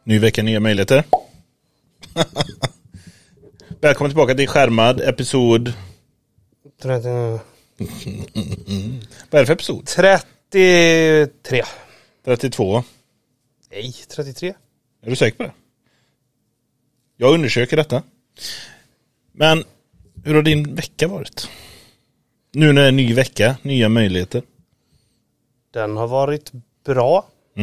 Ny vecka, nya möjligheter. Välkommen tillbaka till Skärmad, episod 30... Vad är det för episod? 33. 32. Nej, 33. Är du säker på det? Jag undersöker detta. Men hur har din vecka varit? Nu när det är en ny vecka, nya möjligheter. Den har varit bra.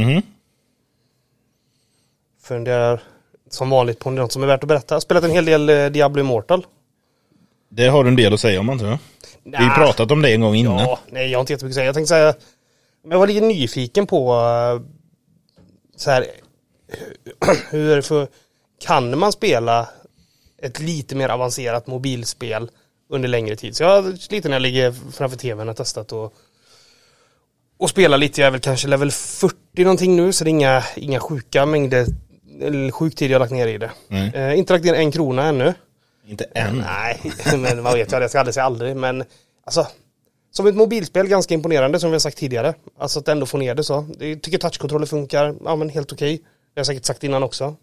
Funderar som vanligt på något som är värt att berätta. Jag har spelat en hel del Diablo Immortal. Det har du en del att säga om, man tror jag. Vi har pratat om det en gång innan. Ja, nej, jag har inte jättemycket att säga. Jag tänkte säga, men jag var lite nyfiken på så här, hur är det för, kan man spela ett lite mer avancerat mobilspel under längre tid? Så jag har lite när jag ligger framför tvn och testat och spela lite. Jag är väl kanske level 40 någonting nu, så det är inga sjuka mängder eller sjuk tid jag har lagt ner i det. Inte lagt ner 1 krona ännu. Inte än. Nej, men man vet ju, jag ska aldrig säga aldrig. Men alltså, som ett mobilspel ganska imponerande som vi har sagt tidigare. Alltså att ändå få ner det så. Jag tycker touchkontroller funkar, ja men helt okej. Det har jag säkert sagt innan också.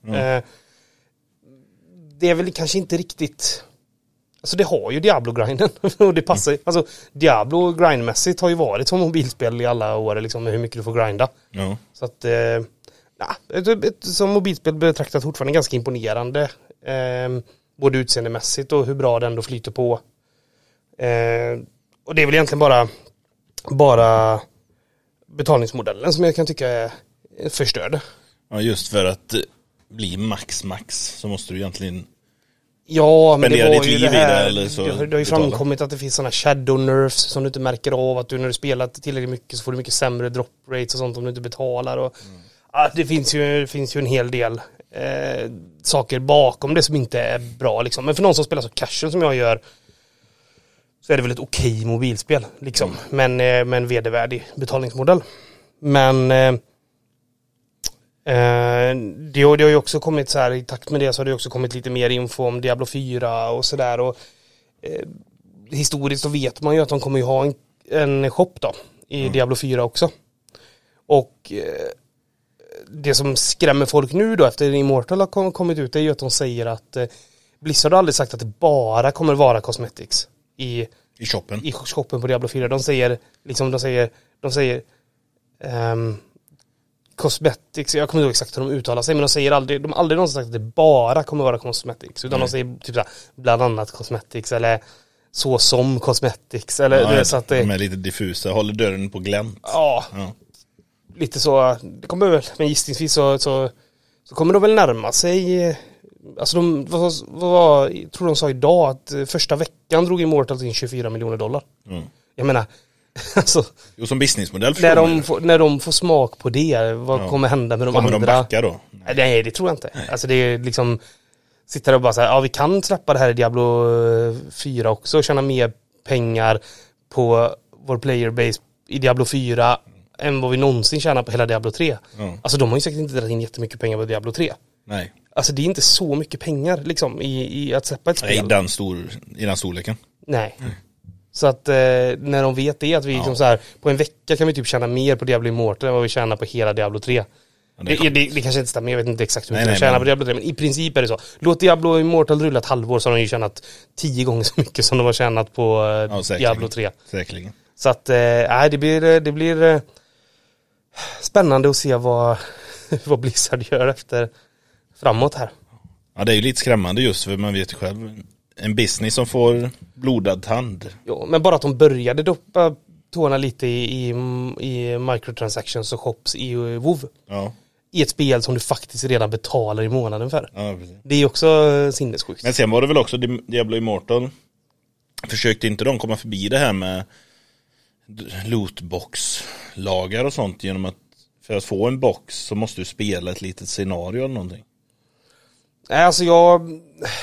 Det är väl kanske inte riktigt... Alltså det har ju Diablo-grinden. Och det passar. Alltså Diablo grindmässigt har ju varit som mobilspel i alla år liksom, med hur mycket du får grinda. Ja. Så att... som mobilspel betraktat fortfarande ganska imponerande. Både utseendemässigt och hur bra den ändå flyter på. Och det är väl egentligen bara betalningsmodellen som jag kan tycka är förstörd. Ja, just för att bli max så måste du egentligen men det var ju det här, eller så det har ju framkommit att det finns sådana shadow nerfs som du inte märker av, att du när du spelar tillräckligt mycket så får du mycket sämre drop rates och sånt om du inte betalar och det finns ju en hel del saker bakom det som inte är bra liksom. Men för någon som spelar så casual som jag gör så är det väl ett okej mobilspel liksom. Men med en vedervärdig betalningsmodell. Men det har ju också kommit så här, i takt med det så har det också kommit lite mer info om Diablo 4 och sådär och historiskt så vet man ju att de kommer ju ha en shop då i Diablo 4 också. Och det som skrämmer folk nu då efter Immortal har kommit ut är ju att de säger att Blizzard har aldrig sagt att det bara kommer vara cosmetics i shoppen på Diablo 4. De säger cosmetics, jag kommer inte ihåg exakt hur de uttalar sig, men de säger aldrig någonsin sagt att det bara kommer vara cosmetics, utan de säger typ såhär, bland annat cosmetics eller så som cosmetics eller så att det, de är lite diffusa, håller dörren på glänt. Ja. Lite så, det kommer väl, men gissningsvis så kommer de väl närma sig, alltså vad tror de sa idag att första veckan drog Immortal in $24 miljoner. Jag menar, alltså, jo, som businessmodell när de får smak på det, vad kommer hända med de andra? Kommer de backa då? Nej, det tror jag inte. Alltså det är liksom, sitter och bara så här, vi kan släppa det här i Diablo 4 också och tjäna mer pengar på vår playerbase i Diablo 4 än vad vi någonsin tjänar på hela Diablo 3. Alltså de har ju säkert inte dragit in jättemycket pengar på Diablo 3. Nej. Alltså det är inte så mycket pengar liksom i att släppa ett spel. I den storleken. Nej. Så att när de vet det, att vi liksom så här, på en vecka kan vi typ tjäna mer på Diablo Immortal än vad vi tjänar på hela Diablo 3. Det kanske inte stämmer, jag vet inte exakt hur mycket de tjänar på Diablo 3, men i princip är det så. Låt Diablo Immortal rulla ett halvår så har de ju tjänat 10 gånger så mycket som de har tjänat på Diablo 3. Säkerligen. Så att det blir spännande att se vad Blizzard gör efter framåt här. Ja, det är ju lite skrämmande just för man vet ju själv, en business som får blodad tand. Ja, men bara att de började doppa tårna lite i microtransactions och shops i WoW. Ja. I ett spel som du faktiskt redan betalar i månaden för. Ja, precis. Det är också sinnessjukt. Men sen var det väl också Diablo Immortal. Försökte inte de komma förbi det här med lootbox-lagar och sånt genom att för att få en box så måste du spela ett litet scenario eller någonting? Nej, alltså jag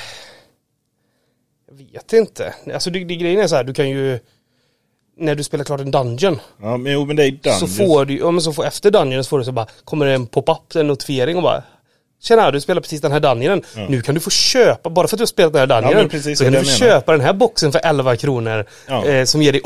vet inte. Alltså det grejen är så här, du kan ju när du spelar klart en dungeon. Ja, men det är dungeon. Så får du efter dungeon så får du så bara kommer det en pop-up, en notifiering och bara tjena, du spelar precis den här dungeonen. Ja. Nu kan du få köpa, bara för att du har spelat den här dungeonen, så kan du få köpa den här boxen för 11 kronor som ger dig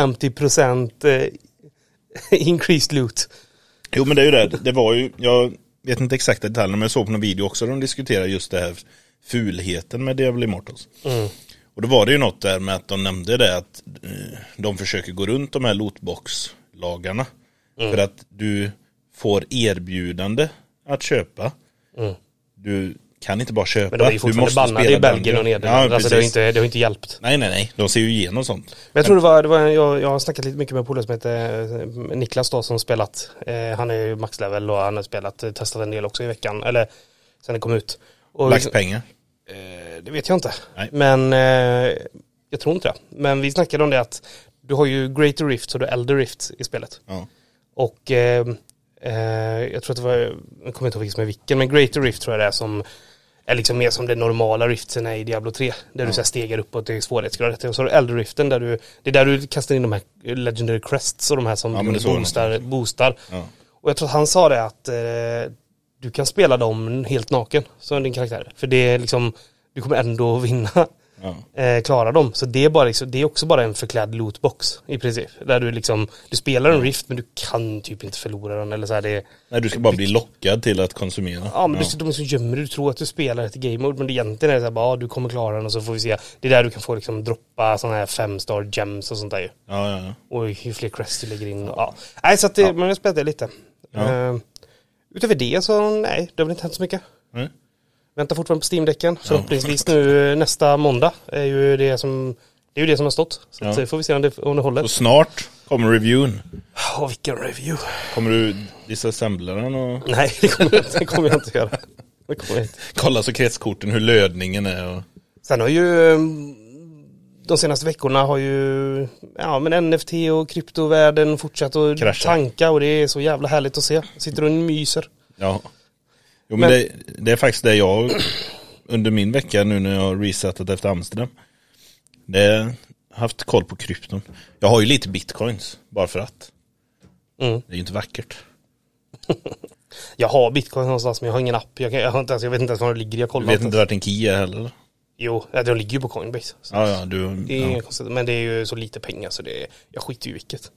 850% increased loot. Jo, men det är ju det. Det var ju, vet inte exakt detaljerna, men jag såg på någon video också de diskuterar just det här fulheten med Diablo Immortals. Och då var det ju något där med att de nämnde det att de försöker gå runt de här lootbox-lagarna för att du får erbjudande att köpa. Du kan inte bara köpa. Men de är ju fortfarande bannade i Belgien och Nederländerna. Alltså det har inte hjälpt. Nej. De ser ju igenom sånt. Men jag tror jag har snackat lite mycket med en polare som heter Niklas då, som spelat. Han är ju maxlevel och han har testat en del också i veckan. Eller sen det kom ut. Lagt pengar? Det vet jag inte. Nej. Men jag tror inte det. Men vi snackade om det att du har ju Greater Rift och du har Elder Rift i spelet. Ja. Och jag tror att det var, jag kommer inte ihåg vilken som är vilken, men Greater Rift tror jag det är som är liksom mer som det normala Riftsen är i Diablo 3. Där du så här stegar uppåt i svårighetsgradet. Och så har du Elder Riften där det är där du kastar in de här Legendary Crests och de här som boostar. Ja. Och jag tror att han sa det att du kan spela dem helt naken som din karaktär. För det är liksom, du kommer ändå vinna. Klara dem. Så det är bara liksom, det är också bara en förklädd lootbox i princip. Där du liksom, du spelar en Rift men du kan typ inte förlora den eller så här, nej, du ska bara bli lockad till att konsumera. Ja, men de är så gömmer du tror att du spelar ett game mode, men det egentligen är det så här, bara du kommer klara den och så får vi se. Det är där du kan få liksom droppa såna här 5-star gems och sånt där ju. Ja. Och hur fler crests du lägger in. Nej, så att det, men jag spelade lite. Utöver det så nej, det har väl inte hänt så mycket. Väntar fortfarande på Steam-däcken. Förhoppningsvis nu nästa måndag är ju det som har stått. Så får vi se om det håller. Och snart kommer reviewen. Vilken review. Kommer du disassembla den? Och... Nej, det kommer jag inte göra. Kolla så kretskorten, hur lödningen är. Och... Sen har ju de senaste veckorna har ju men NFT och kryptovärlden fortsatt att tanka och det är så jävla härligt att se. Sitter och myser. Ja. Jo, men det är faktiskt det jag under min vecka nu när jag har resetat efter Amsterdam. Det har haft koll på krypton. Jag har ju lite bitcoins bara för att. Det är ju inte vackert. Jag har bitcoins någonstans men jag har ingen app. Jag vet inte ens var det ligger. Jag kollar. Du vet inte vart en key är heller? Jo, de ligger ju på Coinbase. Ja, det är inga konstigt, men det är ju så lite pengar så jag skiter ju i vilket.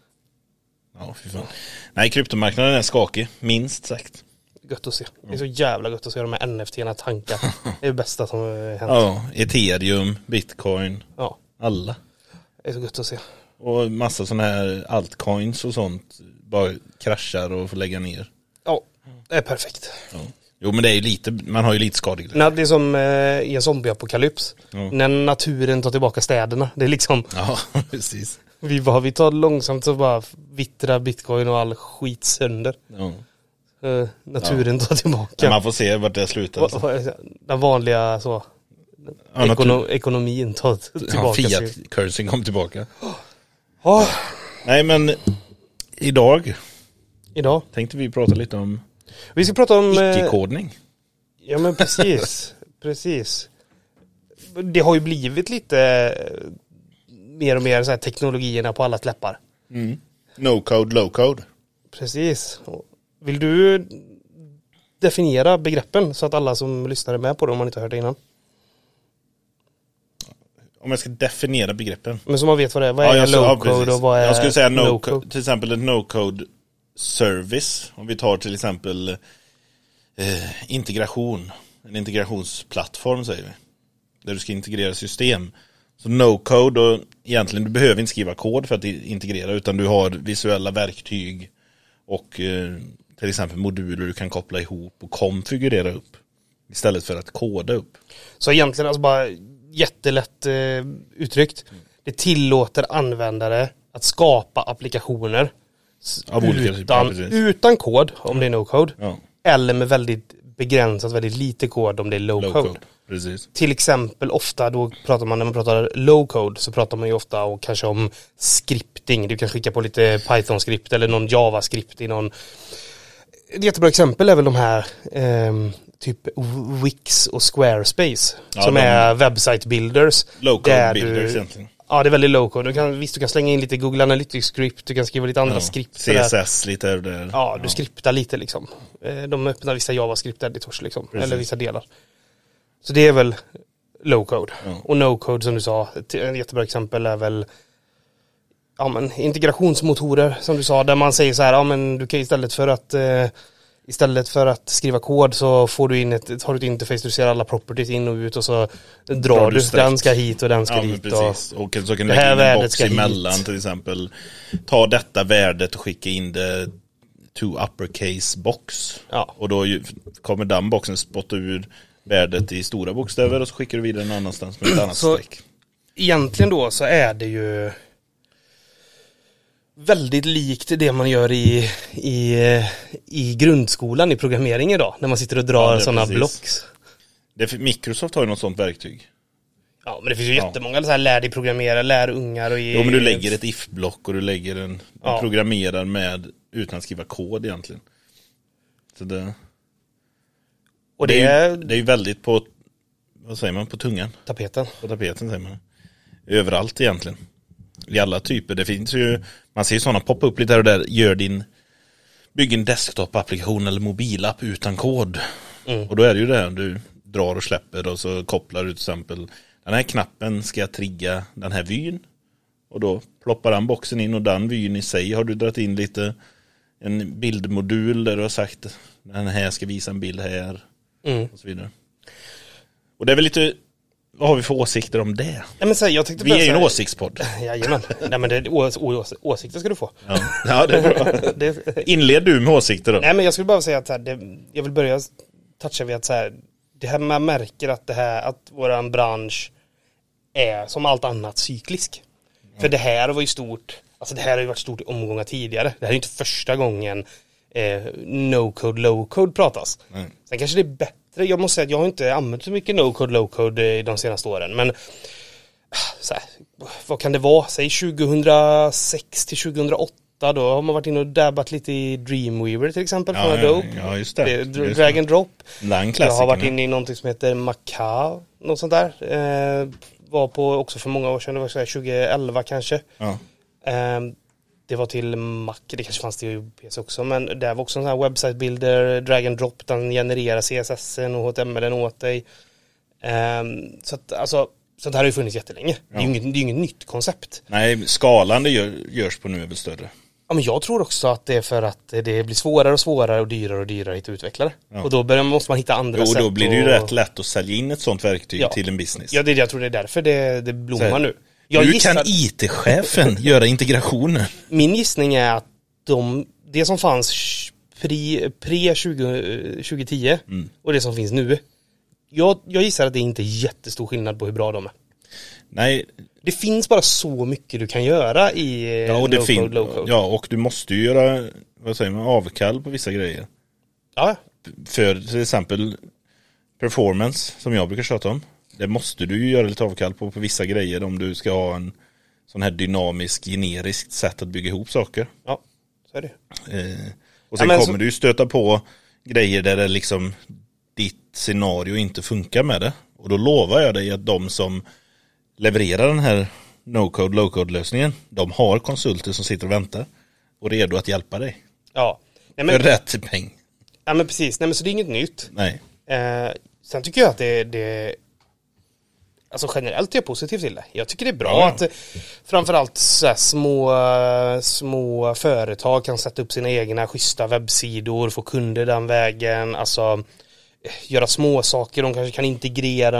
Ja, fy fan. Nej, kryptomarknaden är skakig, minst sagt. Gött att se. Det är så jävla gött att se de här NFT-erna tankar. Det är det bästa som hänt. Ja, Ethereum, Bitcoin. Ja. Alla. Det är så gött att se. Och massa sådana här altcoins och sånt bara kraschar och får lägga ner. Ja, det är perfekt. Ja. Jo, men det är ju lite, man har ju lite skadegrejer. Nej, det är som i en zombieapokalyps. När naturen tar tillbaka städerna. Det är liksom... Ja, precis. Vi tar långsamt så bara vittrar bitcoin och all skit sönder. Ja. Naturen tar tillbaka. Men man får se vart det slutar. Den vanliga så ekonomin tar tillbaka. Fiat-currency kom tillbaka. Nej, men idag tänkte vi prata lite om vi ska prata om icke-kodning. Ja, men precis. Det har ju blivit lite mer och mer så här teknologierna på alla läppar. No code, low code. Precis. Vill du definiera begreppen så att alla som lyssnar är med på det om man inte har hört det innan? Om jag ska definiera begreppen. Men så man vet vad det är. Vad är low code och vad är jag skulle säga no code? Till exempel en no code service. Om vi tar till exempel integration. En integrationsplattform säger vi. Där du ska integrera system. Så no code, och egentligen du behöver inte skriva kod för att integrera, utan du har visuella verktyg och till exempel moduler du kan koppla ihop och konfigurera upp istället för att koda upp. Så egentligen alltså bara jättelätt uttryckt. Det tillåter användare att skapa applikationer utan kod om det är no code, eller med väldigt begränsat, väldigt lite kod om det är low code. Precis. Till exempel ofta då pratar man, när man pratar low code så pratar man ju ofta och kanske om scripting. Du kan skicka på lite Python-skript eller någon JavaScript i någon. Ett jättebra exempel är väl de här typ Wix och Squarespace som är website builders. Low code builders egentligen. Ja, det är väldigt low code. Du kan slänga in lite Google Analytics-skript, du kan skriva lite andra skript. CSS lite där. Ja, du skriptar lite liksom. De öppnar vissa JavaScript-editors liksom, eller vissa delar. Så det är väl low code. Och no code som du sa, ett jättebra exempel är väl integrationsmotorer som du sa, där man säger så här, men du kan istället för att Istället för att skriva kod så får du har du ett interface, du ser alla properties in och ut och så drar du den ska hit och den ska dit. Precis. Och så kan du lägga in en box emellan hit. Till exempel. Ta detta värdet och skicka in det to uppercase box. Ja. Och då kommer den boxen spotta ur värdet i stora bokstäver och så skickar du vidare någon annanstans med ett annat streck. Egentligen då så är det ju väldigt likt det man gör i grundskolan i programmering idag. När man sitter och drar sådana blocks. Microsoft har ju något sånt verktyg. Ja, men det finns ju jättemånga så här lär dig programmera, lär ungar och Jo, men du lägger ett if-block och du lägger du programmerar med utan att skriva kod egentligen. Så det är ju väldigt på, vad säger man, på tungan? Tapeten. På tapeten säger man. Överallt egentligen. I alla typer. Det finns ju, man ser ju sådana poppa upp lite här och där. Bygg en desktop-applikation eller mobilapp utan kod. Och då är det ju det här, du drar och släpper och så kopplar du till exempel den här knappen ska jag trigga den här vyn. Och då ploppar den boxen in och den vyn i sig har du dragit in lite en bildmodul där du har sagt den här ska visa en bild här och så vidare. Och det är väl lite, vad har vi för åsikter om det? Ja, men så, jag tänkte vi är ju en åsiktspodd. Jajamän. Nej, men åsikter ska du få. Ja, det är bra. Inled du med åsikter då? Nej, men jag skulle bara säga att jag vill börja toucha vid att så här, det här man märker att våran bransch är som allt annat cyklisk. För det här var ju stort, alltså det här har ju varit stort i omgångar tidigare. Det här är ju inte första gången no-code, low-code pratas. Sen kanske det är bättre, jag måste säga att jag har inte använt så mycket no-code, low-code de senaste åren. Men så här, vad kan det vara? Säg 2006 till 2008, då har man varit inne och dabbat lite i Dreamweaver till exempel. Ja, just det. Drag and drop. Jag har varit inne i någonting som heter Maca, något sånt där. Var på också för många år sedan, det var så här 2011 kanske. Ja. Det var till Mac, det kanske fanns det i PC också, men det var också en sån här website builder, drag and drop, den genererar CSSen och HTMLen åt dig. Så att alltså, sånt här har ju funnits jättelänge. Ja. Det är ju inget nytt koncept. Nej, skalan det görs på nu är väl större. Ja, men jag tror också att det är för att det blir svårare och svårare och dyrare att hitta utvecklare. Ja. Och då måste man hitta andra sätt. Och då blir det ju rätt lätt att sälja in ett sånt verktyg till en business. Ja, jag tror det är därför det blommar nu. Kan IT-chefen göra integrationen? Min gissning är att det som fanns pre-2010 och det som finns nu, jag gissar att det inte är jättestor skillnad på hur bra de är. Nej. Det finns bara så mycket du kan göra i low-code. Ja, och du måste ju göra, vad säger man, avkall på vissa grejer. Ja. För till exempel performance, som jag brukar tjata om. Det måste du ju göra lite avkall på vissa grejer om du ska ha en sån här dynamisk, generiskt sätt att bygga ihop saker. Ja, så är det. Och sen kommer du stöta på grejer där det liksom ditt scenario inte funkar med det. Och då lovar jag dig att de som levererar den här no-code, low-code lösningen, de har konsulter som sitter och väntar och redo att hjälpa dig. Ja. Nej, men, för rätt peng. Ja, men precis. Nej, men så det är inget nytt. Nej. Sen tycker jag att det alltså generellt är jag positiv till det. Jag tycker det är bra att framförallt så här små företag kan sätta upp sina egna schyssta webbsidor, få kunder den vägen, alltså göra små saker. De kanske kan integrera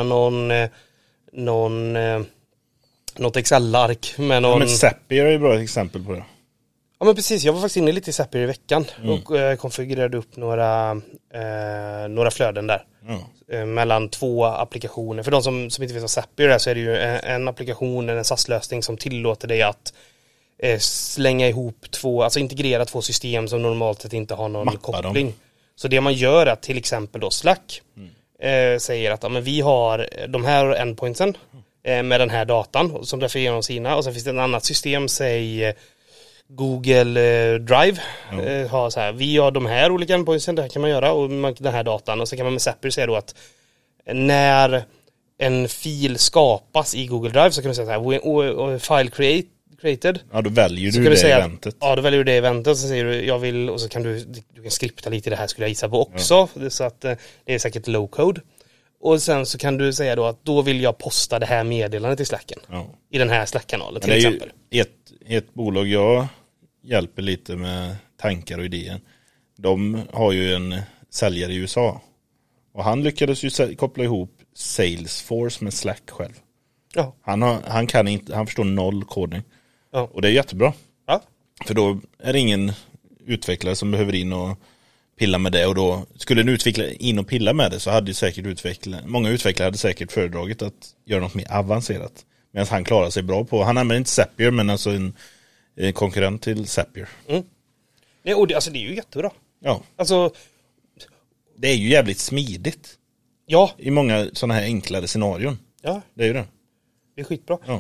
något Excel-ark med någon... Ja, men Zapier är ju bra ett exempel på det. Ja, men precis, jag var faktiskt inne lite i Zapier i veckan och konfigurerade upp några flöden där. Mellan två applikationer. För de som inte vet vad Zapier är, så är det ju en applikation, en SAS-lösning som tillåter dig att slänga ihop alltså integrera två system som normalt sett inte har någon koppling. Så det man gör är till exempel då Slack säger att men vi har de här endpointsen med den här datan som därför genom sina, och sen finns det ett annat system, säg Google Drive har så här, vi har de här olika endpointsen, det här kan man göra och den här datan, och så kan man med Zapier säga då att när en fil skapas i Google Drive så kan du säga så här, file created. Ja, då väljer du det eventet. Ja, då väljer du det eventet och så säger du jag vill, och så kan du kan skripta lite det här skulle jag gissa på också, så att det är säkert low code. Och sen så kan du säga då att då vill jag posta det här meddelandet i Slacken. Ja. I den här Slack-kanalen till exempel. Ett bolag jag hjälper lite med tankar och idéer. de har ju en säljare i USA. Och han lyckades ju koppla ihop Salesforce med Slack själv. Ja. Han förstår 0 kodning. Ja. Och det är jättebra. Ja. För då är det ingen utvecklare som behöver in och pilla med det. Och då skulle en utvecklare in och pilla med det så hade ju säkert många utvecklare hade säkert föredragit att göra något mer avancerat. Medan han klarar sig bra på, han använder inte Zapier men alltså en konkurrent till Zapier. Nej, och det är ju jättebra. Ja. Alltså, det är ju jävligt smidigt. Ja. I många sådana här enklare scenarion. Ja. Det är ju det. Det är skitbra. Ja.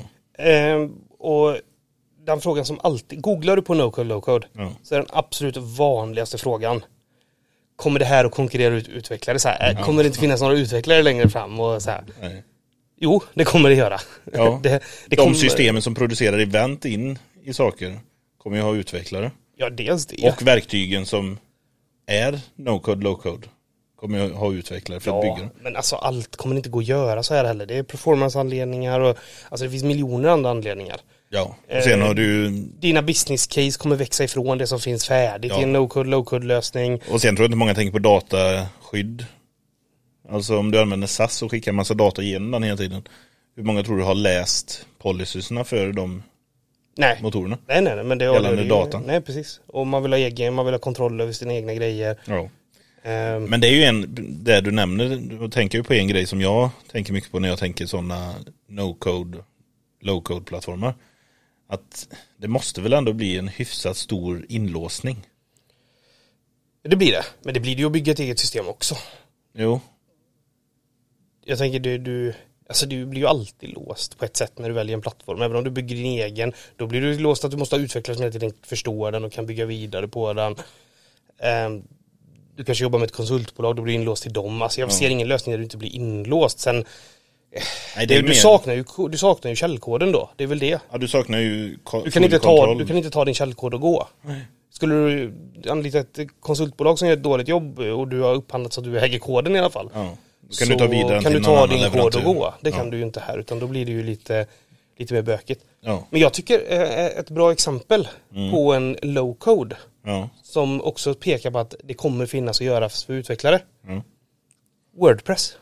Och den frågan som alltid, googlar du på no-code, low-code, så är den absolut vanligaste frågan: kommer det här att konkurrera ut utvecklare? Så här, kommer det inte finnas några utvecklare längre fram? Och så här. Nej. Jo, det kommer det göra. Ja. De systemen som producerar event in i saker kommer ju ha utvecklare. Ja, dels det. Och verktygen som är no-code, low-code kommer ju ha utvecklare för att bygga. Men alltså allt kommer inte gå att göra så här heller. Det är performance-anledningar och alltså det finns miljoner andra anledningar. Ja, och sen har du... Dina business case kommer växa ifrån det som finns färdigt i en no-code, low-code-lösning. Och sen tror jag inte många tänker på dataskydd. Alltså om du använder SAS och skickar en massa data igenom den hela tiden. Hur många tror du har läst policysna för de motorerna? Nej, men det gällande data. Nej, precis. Och man vill ha kontroll över sina egna grejer. Ja. Men det är ju det du nämner, då tänker jag på en grej som jag tänker mycket på när jag tänker sådana no-code, low-code-plattformar. Att det måste väl ändå bli en hyfsat stor inlåsning. Det blir det, men det blir det ju att bygga ett eget system också. Jo. Jag tänker du blir ju alltid låst på ett sätt när du väljer en plattform. Även om du bygger din egen, då blir du låst att du måste ha utvecklare som hela tiden förstår den och kan bygga vidare på den. Du kanske jobbar med ett konsultbolag, då blir du inlåst till dem. Alltså jag ser ingen lösning där du inte blir inlåst. Sen, nej, du saknar ju källkoden då, det är väl det. Ja, du saknar ju du kan inte ta din källkod och gå. Nej. Skulle du anlita ett konsultbolag som gör ett dåligt jobb och du har upphandlat så att du äger koden i alla fall. Ja. Kan du ta vidare kan du ta din kod och gå. Det kan du ju inte här, utan då blir det ju lite mer bökigt. Ja. Men jag tycker ett bra exempel på en low code som också pekar på att det kommer finnas att göra för utvecklare. WordPress.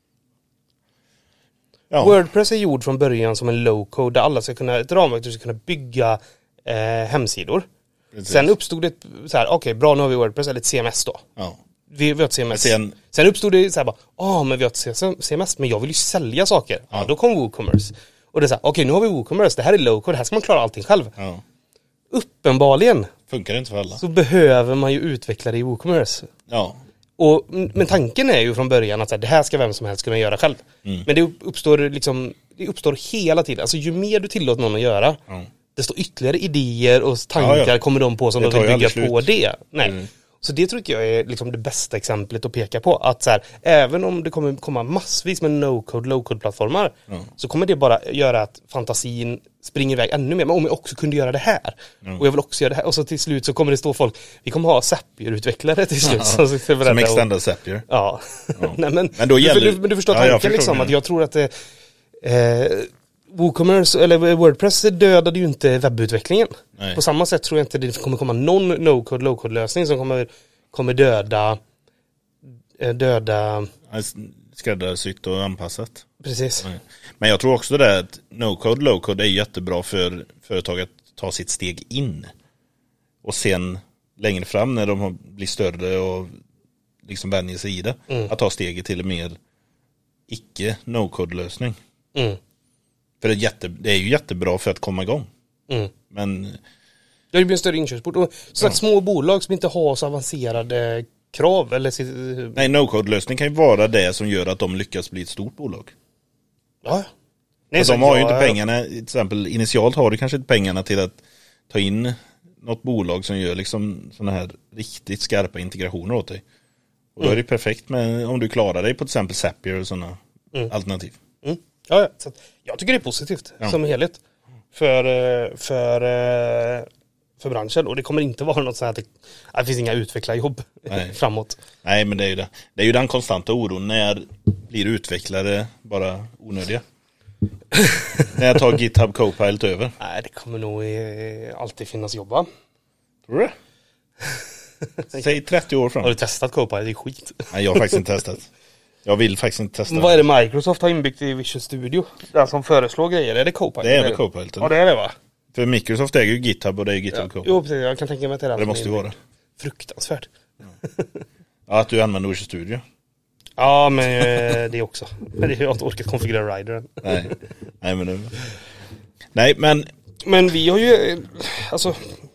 Ja. WordPress är gjord från början som en low code där alla ska kunna, ett ramverk där ska kunna bygga hemsidor. Precis. Sen uppstod det så här, okej, bra, nu har vi WordPress eller ett CMS då. Ja. Vi har ett CMS. Sen uppstod det så här men vi har ett CMS, men jag vill ju sälja saker. Ja, då kom WooCommerce. Och det är så här, okej, nu har vi WooCommerce, det här är low-code, här ska man klara allting själv. Ja. Uppenbarligen. Funkar det inte för alla. Så behöver man ju utveckla det i WooCommerce. Ja. Men tanken är ju från början att så här, det här ska vem som helst kunna göra själv. Men det uppstår hela tiden. Alltså ju mer du tillåter någon att göra, desto ytterligare idéer och tankar kommer de på som de vill bygga på det. Nej. Så det tror jag är liksom det bästa exemplet att peka på. Att så här, även om det kommer komma massvis med no-code, low-code-plattformar så kommer det bara göra att fantasin springer iväg ännu mer. Men om jag också kunde göra det här och jag vill också göra det här. Och så till slut så kommer det stå folk, vi kommer ha Zapier-utvecklare till slut. Som extended Zapier. Ja. Nej, men du förstår tanken liksom, att jag tror att WooCommerce eller WordPress dödade ju inte webbutvecklingen. Nej. På samma sätt tror jag inte det kommer komma någon no-code, low-code-lösning som kommer döda skräddarsytt och anpassat. Precis. Nej. Men jag tror också det att no-code, low-code är jättebra för företag att ta sitt steg in. Och sen längre fram när de blir större och liksom vänjer sig i det, att ta steget till en mer icke no-code-lösning. För det är ju jättebra för att komma igång. Men det blir en större inkörsport. Och små bolag som inte har så avancerade krav. Nej, no-code-lösning kan ju vara det som gör att de lyckas bli ett stort bolag. Ja. Nej, de har ju inte pengarna, till exempel initialt har du kanske inte pengarna till att ta in något bolag som gör liksom såna här riktigt skarpa integrationer åt dig. Och då är det perfekt med om du klarar dig på till exempel Zapier och sådana alternativ. Ja, så jag tycker det är positivt som helhet för branschen, och det kommer inte vara något så att det finns inga utvecklarjobb framåt. Nej, men det är ju det. Det är ju den konstanta oron, när blir utvecklare bara onödiga? När jag tar GitHub Copilot över? Nej, det kommer nog alltid finnas jobba. Tror du? Säg 30 år fram. Har du testat Copilot? Det är skit. Nej, jag har faktiskt inte testat. Jag vill faktiskt inte testa. Men vad är det Microsoft har inbyggt i Visual Studio? Den som föreslår grejer, är det Copilot? Det är väl Copilot? Ja, det är det va? För Microsoft äger ju GitHub och det är GitHub Copilot. Jo, precis. Jag kan tänka mig att det är det måste ju vara det. Fruktansvärt. Ja, att du använder Visual Studio. Ja, men det också. Men jag har inte orkat konfigurera Rider än. Nej, men vi har ju, alltså,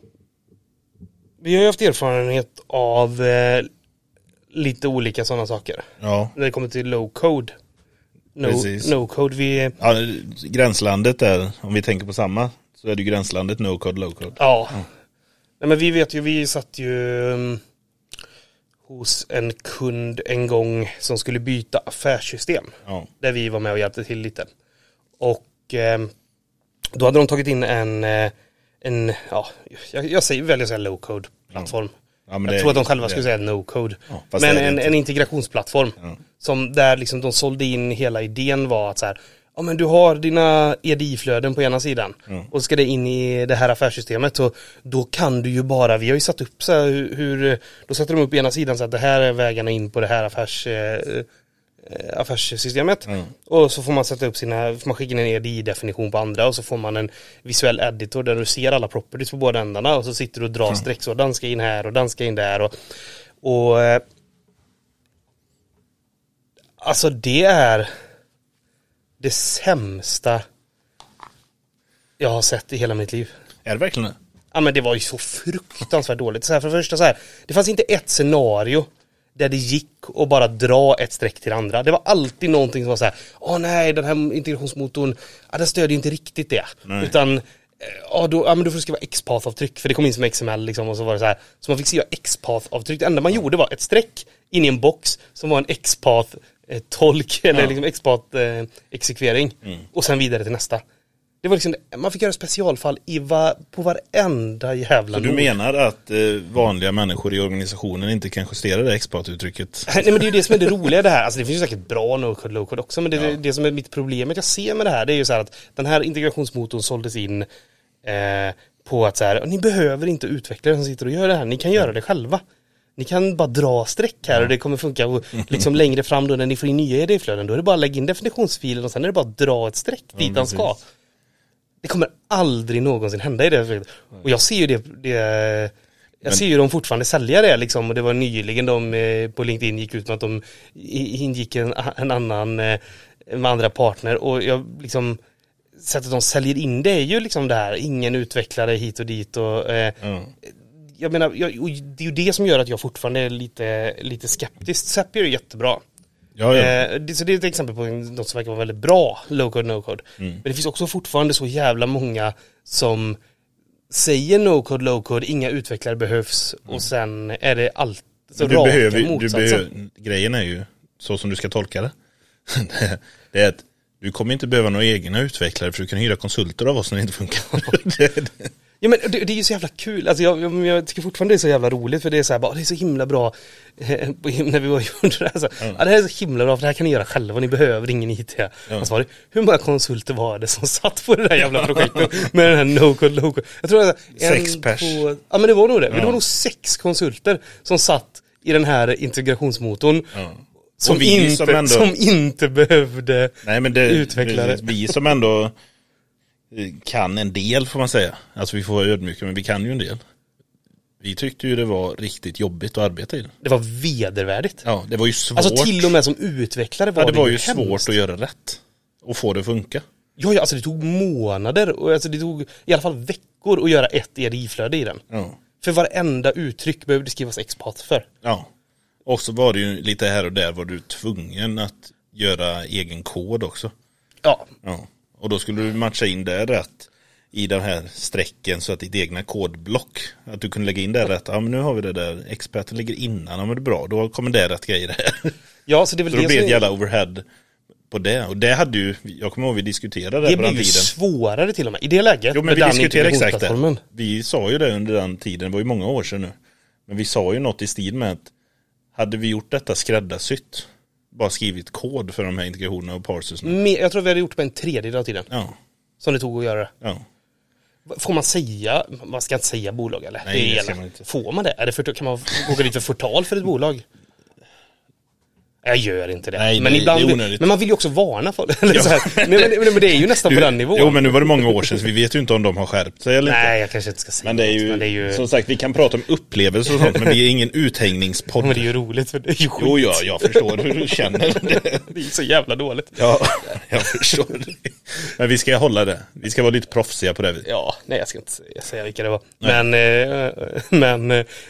vi har ju haft erfarenhet av lite olika sådana saker. Ja. När det kommer till low code. No code, ja, gränslandet där, om vi tänker på samma, så är det ju gränslandet no code, low code. Ja. Nej, men vi vet ju, vi satt ju hos en kund en gång som skulle byta affärssystem. Ja. Där vi var med och hjälpte till lite. Och då hade de tagit in en jag säger low code plattform. Ja, men jag tror att de själva skulle säga no code. Ja, men en integrationsplattform. Ja. Som där liksom de sålde in hela idén var att så här, ja men du har dina EDI-flöden på ena sidan och ska det in i det här affärssystemet, så då kan du ju bara, vi har ju satt upp så här hur då sätter de upp ena sidan så att det här är vägarna in på det här affärssystemet och så får man sätta upp får man skicka in en EDI-definition på andra och så får man en visuell editor där du ser alla properties på båda ändarna och så sitter du och drar streck så den ska in här och den ska in där och alltså det är det sämsta jag har sett i hela mitt liv. Är det verkligen det? Ja, men det var ju så fruktansvärt dåligt. Så här, för det första så här, det fanns inte ett scenario där det gick att bara dra ett streck till det andra. Det var alltid någonting som var så här, nej, den här integrationsmotorn, den stödjer inte riktigt det. Nej. Utan, men då får det skriva XPath-avtryck, för det kom in som XML liksom, och så var det så här, så man fick skriva XPath-avtryck. Det enda man gjorde var ett streck in i en box som var en XPath-tolk, eller liksom XPath-exekvering, och sen vidare till nästa. Det var liksom, man fick göra specialfall på varenda jävla Så du menar att vanliga människor i organisationen inte kan justera det XPath-uttrycket? Nej, men det är ju det som är det roliga det här. Alltså det finns ju säkert bra no-code, low-code också, men det som är mitt problemet jag ser med det här, det är ju så här att den här integrationsmotorn såldes in på att så här, ni behöver inte utvecklare som sitter och gör det här, ni kan göra det själva. Ni kan bara dra streck här och det kommer funka, och liksom längre fram då när ni får in nya ED-flöden, då är det bara att lägga in definitionsfilen och sen är det bara att dra ett streck dit den ska. Det kommer aldrig någonsin hända i det. Och jag ser ju jag ser ju dem fortfarande sälja det liksom, och det var nyligen de på LinkedIn gick ut med att de ingick en annan med andra partner, och jag liksom sättet de säljer in det är ju liksom det här, ingen utvecklare hit och dit och jag menar, det är ju det som gör att jag fortfarande är lite skeptisk. Zapier är jättebra. Ja. Så det är ett exempel på något som verkar vara väldigt bra, low-code, no-code. Men det finns också fortfarande så jävla många som säger no-code, low-code, inga utvecklare behövs, och sen är det allt så raka motsatsen. Grejen är ju, så som du ska tolka det, det är att du kommer inte behöva några egna utvecklare, för du kan hyra konsulter av oss när det inte funkar. Ja, men det är ju så jävla kul. Alltså jag tycker fortfarande det är så jävla roligt, för det är så här, bara, det är så himla bra när vi var gjorde det här, så, det här är så himla bra, för det här kan ni göra själva, ni behöver ingen IT-ansvarig. Hur många konsulter var det som satt på det där jävla projektet med den här no-code, low-code? Jag tror att 6 pers. Ja, men det var nog det. Det var nog 6 konsulter som satt i den här integrationsmotorn. Som inte behövde utvecklare. Vi som ändå kan en del, får man säga. Alltså vi får vara ödmjuka, men vi kan ju en del. Vi tyckte ju det var riktigt jobbigt att arbeta i det. Det var vedervärdigt. Ja, det var ju svårt. Alltså till och med som utvecklare var det var ju svårt att göra rätt. Och få det att funka. Ja, alltså det tog månader. Och alltså det tog i alla fall veckor att göra ett EDI-flöde i den. Ja. För varenda uttryck behövde skrivas XPath för. Ja. Och så var det ju lite här och där var du tvungen att göra egen kod också. Ja. Och då skulle du matcha in det rätt i den här strecken, så att ditt egna kodblock, att du kunde lägga in det rätt. Ja, men nu har vi det där, experten ligger innan, ja men det är bra, då kommer det rätt grejer här. Ja, så det är väl så det blir ett jävla overhead på det. Och det hade ju, jag kommer ihåg vi diskuterade det på den tiden. Det blir ju svårare till och med, i det läget. Jo, men vi diskuterade exakt det. Vi sa ju det under den tiden, det var ju många år sedan nu. Men vi sa ju något i stil med att hade vi gjort detta skräddarsytt, bara skrivit kod för de här integrationerna och parsers. Jag tror vi hade gjort på en tredjedel av tiden. Ja. Som det tog att göra det. Ja. Får man säga, man ska inte säga bolag eller? Nej, det ska man inte. Får man det? Är det kan man gå dit för förtal för ett bolag? Jag gör inte det. Nej, men ibland, men man vill ju också varna folk. Ja. Men det är ju nästan på den nivån. Jo, men nu var det många år sedan så vi vet ju inte om de har skärpt sig eller inte. Nej, jag kanske inte ska säga. Men det är ju, som sagt, vi kan prata om upplevelser och sånt, men vi är ingen uthängningspodd. Men det är ju roligt för det är ju skit. Jo, ja, jag förstår hur du känner det. Det är så jävla dåligt. Ja, jag förstår det. Men vi ska hålla det. Vi ska vara lite proffsiga på det. Ja, nej, jag ska inte säga vilka det var. Men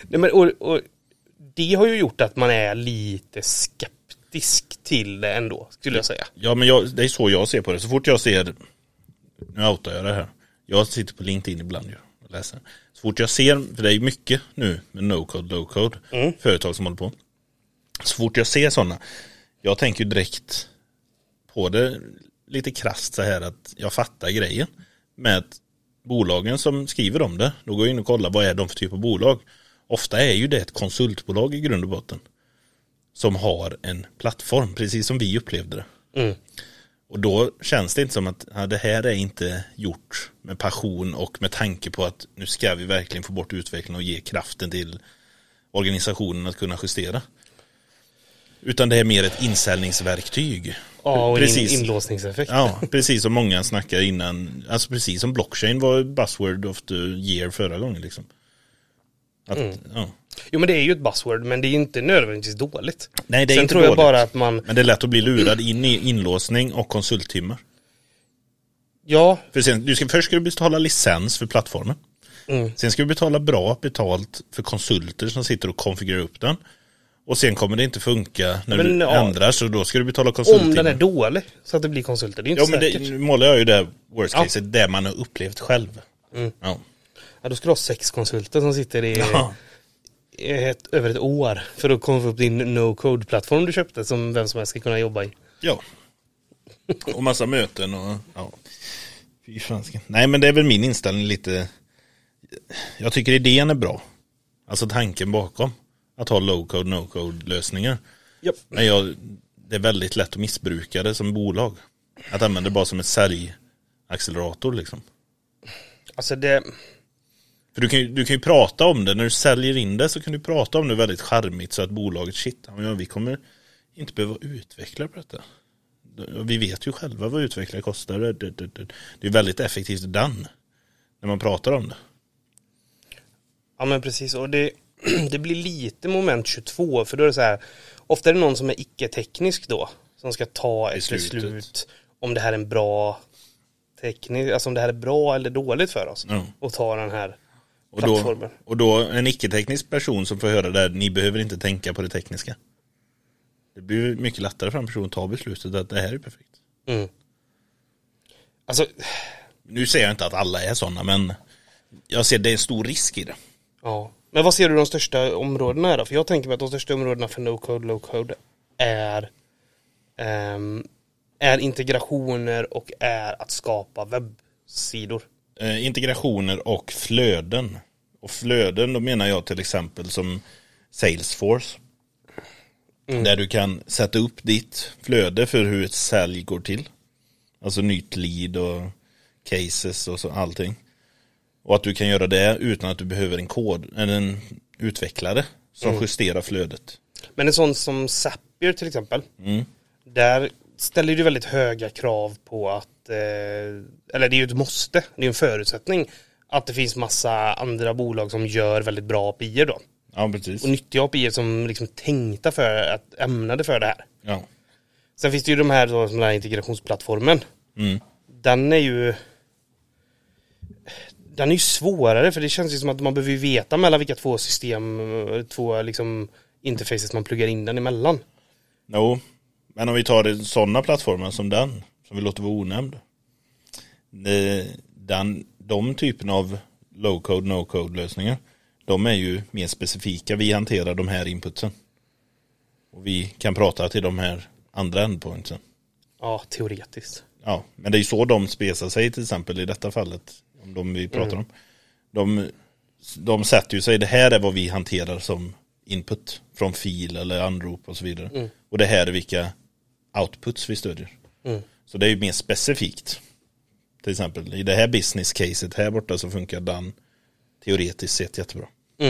det har ju gjort att man är lite skeptisk till det ändå, skulle jag säga. Ja, men det är så jag ser på det. Så fort jag ser, nu outar jag det här. Jag sitter på LinkedIn ibland och läser. Så fort jag ser, för det är mycket nu med no-code, low-code, företag som håller på. Så fort jag ser sådana, jag tänker direkt på det lite krasst så här att jag fattar grejen med att bolagen som skriver om det, då går jag in och kollar vad är de för typ av bolag. Ofta är ju det ett konsultbolag i grund och botten som har en plattform, precis som vi upplevde det. Och då känns det inte som att det här är inte gjort med passion och med tanke på att nu ska vi verkligen få bort utvecklingen och ge kraften till organisationen att kunna justera. Utan det är mer ett insäljningsverktyg. Ja, och precis, inlåsningseffekt. Ja, precis som många snackar innan. Alltså precis som blockchain var buzzword of the year förra gången liksom. Ja. Jo, men det är ju ett buzzword, men det är inte nödvändigtvis dåligt. Nej, det är sen inte tror jag dåligt. Bara att man... Men det är lätt att bli lurad in i inlåsning och konsulttimmar. Ja. För sen, först ska du betala licens för plattformen. Sen ska du betala bra betalt för konsulter som sitter och konfigurerar upp den. Och sen kommer det inte funka när du ändrar, så då ska du betala konsulttimmar. Om den är dålig så att det blir konsulter, det är inte säkert. Men målar jag ju det worst case, det man har upplevt själv. Ja, då ska du ha 6 konsulter som sitter i över ett år för att komma upp din no-code-plattform du köpte som vem som helst ska kunna jobba i. Ja. Och massa möten och fy fansken. Nej, men det är väl min inställning lite. Jag tycker idén är bra. Alltså tanken bakom att ha low-code, no-code lösningar. Yep. Men det är väldigt lätt att missbruka det som bolag. Att använda det bara som ett säljaccelerator liksom. Alltså det... För du kan ju prata om det. När du säljer in det så kan du prata om det väldigt charmigt så att bolaget, vi kommer inte behöva utveckla på detta. Vi vet ju själva vad utvecklare kostar. Det är väldigt effektivt done när man pratar om det. Ja, men precis. Och det blir lite moment 22, för då är det så här, ofta är det någon som är icke-teknisk då som ska ta ett beslut om det här är en bra teknik, alltså om det här är bra eller dåligt för oss och ta den här plattformen. Och då en icke-teknisk person som får höra det här, ni behöver inte tänka på det tekniska. Det blir mycket lättare för en person att ta beslutet att det här är perfekt. Alltså, nu säger jag inte att alla är sådana, men jag ser det är en stor risk i det. Ja. Men vad ser du de största områdena är då? För jag tänker mig att de största områdena för no-code, low-code är integrationer och är att skapa webbsidor. Integrationer och flöden. Och flöden, då menar jag till exempel som Salesforce. Där du kan sätta upp ditt flöde för hur ett sälj går till. Alltså nytt lead och cases och så allting. Och att du kan göra det utan att du behöver en kod eller en utvecklare som justerar flödet. Men en sån som Zapier till exempel. Där ställer du väldigt höga krav på att, eller det är ju ett måste, det är en förutsättning att det finns massa andra bolag som gör väldigt bra API då. Ja, precis. Och nyttiga API som liksom tänkta för att ämnade för det här. Ja. Sen finns det ju de här då, som den här integrationsplattformen. Den är ju svårare, för det känns ju som att man behöver veta mellan vilka två liksom interfaces man pluggar in den emellan. Jo, men om vi tar sådana plattformar som den, som vi låter vara onämnd. De typen av low-code, no-code lösningar, de är ju mer specifika. Vi hanterar de här inputsen. Och vi kan prata till de här andra endpointsen. Ja, teoretiskt. Ja, men det är ju så de spesar sig till exempel i detta fallet. Om de vi pratar om. De sätter ju sig, det här är vad vi hanterar som input från fil eller anrop och så vidare. Och det här är vilka outputs vi stödjer. Så det är ju mer specifikt. till exempel. I det här business-caset här borta så funkar den teoretiskt sett jättebra.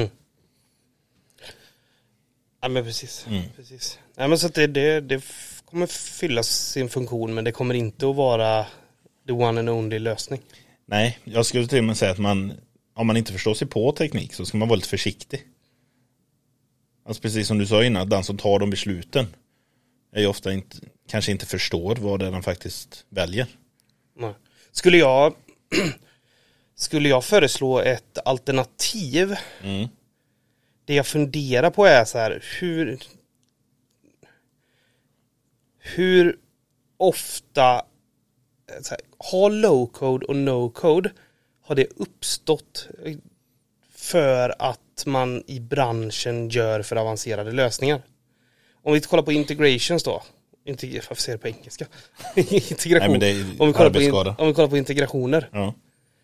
Ja men precis. Precis. Ja, men så att det kommer fylla sin funktion, men det kommer inte att vara the one and only lösning. Nej, jag skulle till och med säga att om man inte förstår sig på teknik så ska man vara lite försiktig. Alltså precis som du sa innan, den som tar de besluten är ju ofta kanske inte förstår vad det är den faktiskt väljer. Nej. Skulle jag föreslå ett alternativ, det jag funderar på är så här, hur ofta så här, har low code och no code, har det uppstått för att man i branschen gör för avancerade lösningar? Om vi kollar på integrations då, varför säger jag på engelska? Integration. Nej, om vi kollar på integrationer. Ja.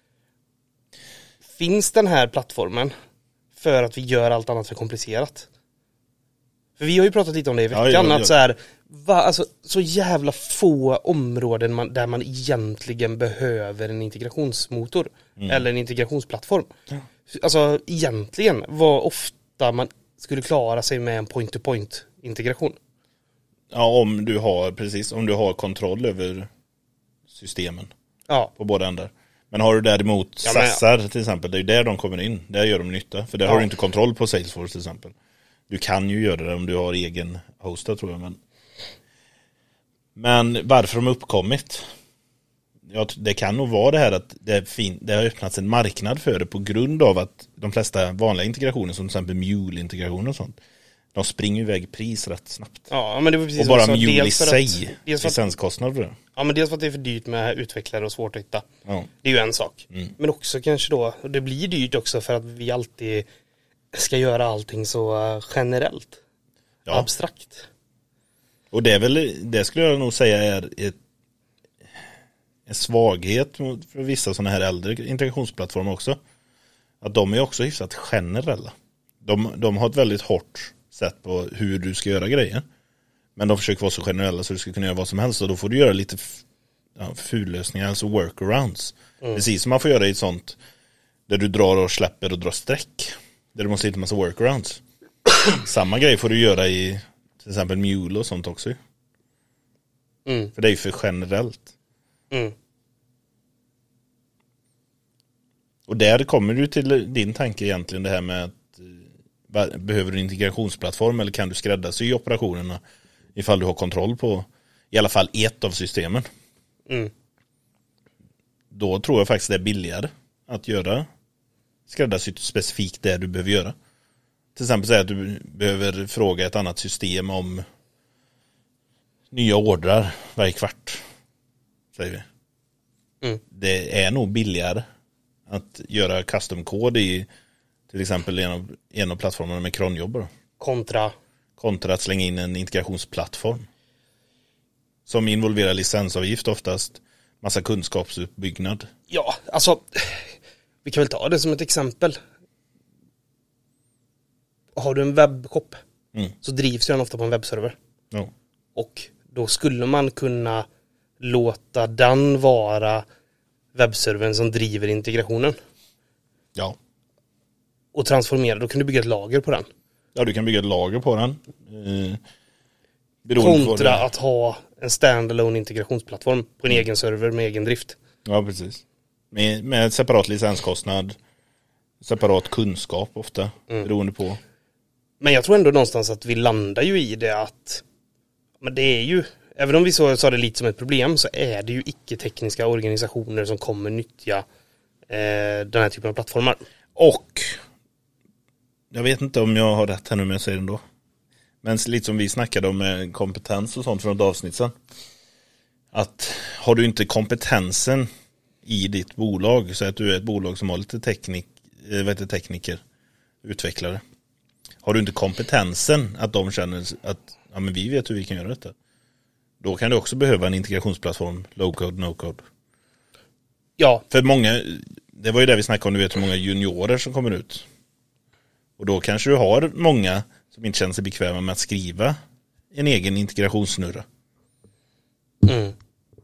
Finns den här plattformen för att vi gör allt annat för komplicerat? För vi har ju pratat lite om det i veckan, att så här, alltså, så jävla få områden där man egentligen behöver en integrationsmotor eller en integrationsplattform. Alltså egentligen vad ofta man skulle klara sig med en point-to-point integration. Ja, om du har kontroll över systemen på båda ändar. Men har du däremot SASar till exempel, det är där de kommer in. Där gör de nytta, för där har du inte kontroll på Salesforce till exempel. Du kan ju göra det om du har egen hosta tror jag. Men varför de har uppkommit? Ja, det kan nog vara det här att det har öppnats en marknad för det på grund av att de flesta vanliga integrationer, som till exempel Mule-integrationer och sånt, de springer iväg pris rätt snabbt. Ja, men det var precis och bara Mule i sig, licenskostnad för det. Ja, men dels för att det är för dyrt med utvecklare och svårt att hitta. Ja. Det är ju en sak. Men också kanske då, och det blir dyrt också för att vi alltid ska göra allting så generellt. Abstrakt. Och det skulle jag nog säga är en svaghet för vissa sådana här äldre integrationsplattformar också. Att de är också hyfsat generella. De har ett väldigt hårt sätt på hur du ska göra grejer. Men de försöker vara så generella så du ska kunna göra vad som helst. Och då får du göra lite fullösningar, alltså workarounds. Precis som man får göra i ett sånt där du drar och släpper och drar streck. Där du måste hitta en massa workarounds. Samma grej får du göra i till exempel Mule och sånt också. För det är ju för generellt. Och där kommer du till din tanke egentligen, det här med att behöver du en integrationsplattform eller kan du skräddarsy operationerna ifall du har kontroll på i alla fall ett av systemen. Då tror jag faktiskt det är billigare att göra skräddarsytt specifikt det du behöver göra. Till exempel säga att du behöver fråga ett annat system om nya ordrar varje kvart, säger vi. Det är nog billigare att göra custom-kod i till exempel en av plattformarna med cronjobb kontra att slänga in en integrationsplattform som involverar licensavgift oftast, massa kunskapsuppbyggnad. Ja, alltså vi kan väl ta det som ett exempel. Har du en webbshop så drivs den ofta på en webbserver. Ja. Och då skulle man kunna låta den vara webbservern som driver integrationen. Ja. Och transformera, då kan du bygga ett lager på den. Ja, du kan bygga ett lager på den. Kontra att ha en standalone integrationsplattform på en egen server med egen drift. Ja, precis. Med separat licenskostnad, separat kunskap ofta, beroende på. Men jag tror ändå någonstans att vi landar ju i det att men det är ju, även om vi sa det lite som ett problem, så är det ju icke-tekniska organisationer som kommer nyttja den här typen av plattformar. Och jag vet inte om jag har rätt här nu, men jag säger det ändå. Men lite som vi snackade om kompetens och sånt från ett avsnitt sen. Att har du inte kompetensen i ditt bolag, så att du är ett bolag som har lite tekniker, utvecklare. Har du inte kompetensen att de känner att ja, men vi vet hur vi kan göra detta. Då kan du också behöva en integrationsplattform, low code, no code. Ja. För många, det var ju det vi snackade om, du vet hur många juniorer som kommer ut. Och då kanske du har många som inte känner sig bekväma med att skriva en egen integrationssnurra.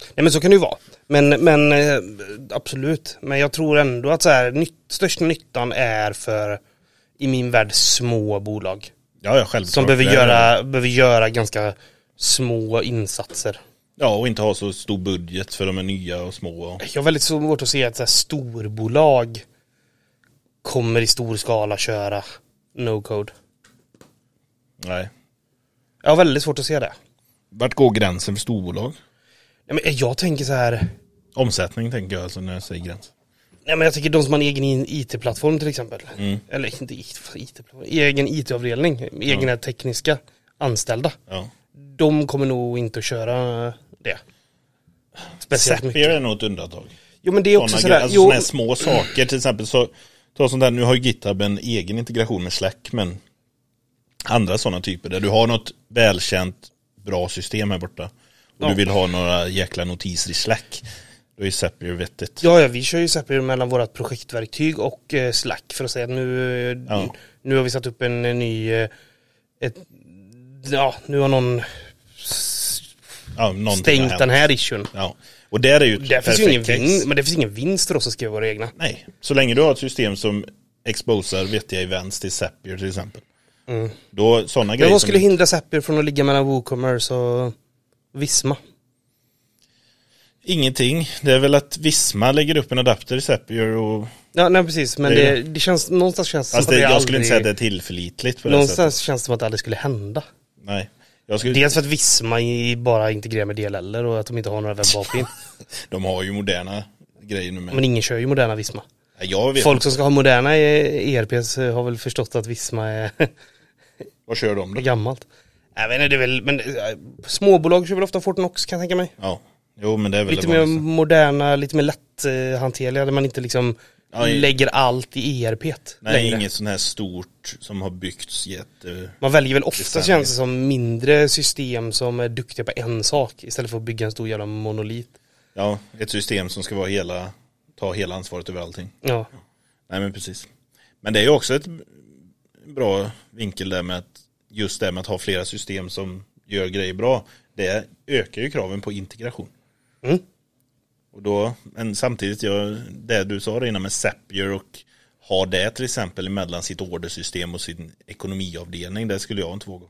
Nej, men så kan det ju vara. Men absolut. Men jag tror ändå att så här, största nyttan är för, i min värld, små bolag. Ja, självklart. Som behöver göra ganska små insatser. Ja, och inte ha så stor budget för de är nya och små. Jag har väldigt svårt att se att så här, storbolag kommer i stor skala köra no-code. Nej. Jag har väldigt svårt att se det. Vart går gränsen för storbolag? Ja, men jag tänker så här... Omsättning tänker jag alltså när jag säger gräns. Nej, men jag tycker de som har en egen IT-plattform till exempel. Eller inte IT-plattform. Egen IT-avdelning. Egna tekniska anställda. Ja. De kommer nog inte att köra det. Speciellt mycket. Zapier är nog ett undantag. Jo, men det är också sådär. Alltså sådana här små saker. Till exempel så, ta sånt där, nu har ju GitHub en egen integration med Slack, men andra sådana typer där du har något välkänt bra system här borta. Och du vill ha några jäkla notiser i Slack. Då är Zapier vettigt. Ja, vi kör ju Zapier mellan vårat projektverktyg och Slack för att säga att nu har vi satt upp en ny nu har någon stängt den här issuen. Ja. Och där är ju det finns ju ingen vinst för oss att skriva våra egna. Nej, så länge du har ett system som exposar vettiga events till Zapier till exempel. Då sådana grejer. Vad skulle hindra Zapier från att ligga mellan WooCommerce och Visma? Ingenting. Det är väl att Visma lägger upp en adapter i Zapier och... Ja, nej precis. Men det känns, någonstans känns det alltså som att jag skulle inte säga att det är tillförlitligt på det någonstans sättet. Känns det som att det aldrig skulle hända. Nej. Dels för att Visma bara integrerar med DLL och att de inte har några webb-API. De har ju moderna grejer nu med. Men ingen kör ju moderna Visma. Ja, jag vet folk inte. som ska ha moderna ERPs har väl förstått att Visma är... Vad kör de då? Gammalt. Jag vet inte, det är väl... Men småbolag kör väl ofta Fortnox, kan jag tänka mig. Ja. Jo, men det är väl lite mer moderna, lite mer lätthanterliga, där man inte liksom lägger allt i ERP:t. Nej, längre. inget sånt här stort som har byggts Man väljer väl ofta, känns det som, mindre system som är duktiga på en sak istället för att bygga en stor jävla monolit. Ja, ett system som ska vara ta hela ansvaret över allting. Ja. Nej, men precis. Men det är ju också ett bra vinkel där med att just det med att ha flera system som gör grejer bra, det ökar ju kraven på integration. Och då, men samtidigt, det du sa där innan med Zapier och ha det till exempel mellan sitt ordersystem och sin ekonomiavdelning, det skulle jag inte våga.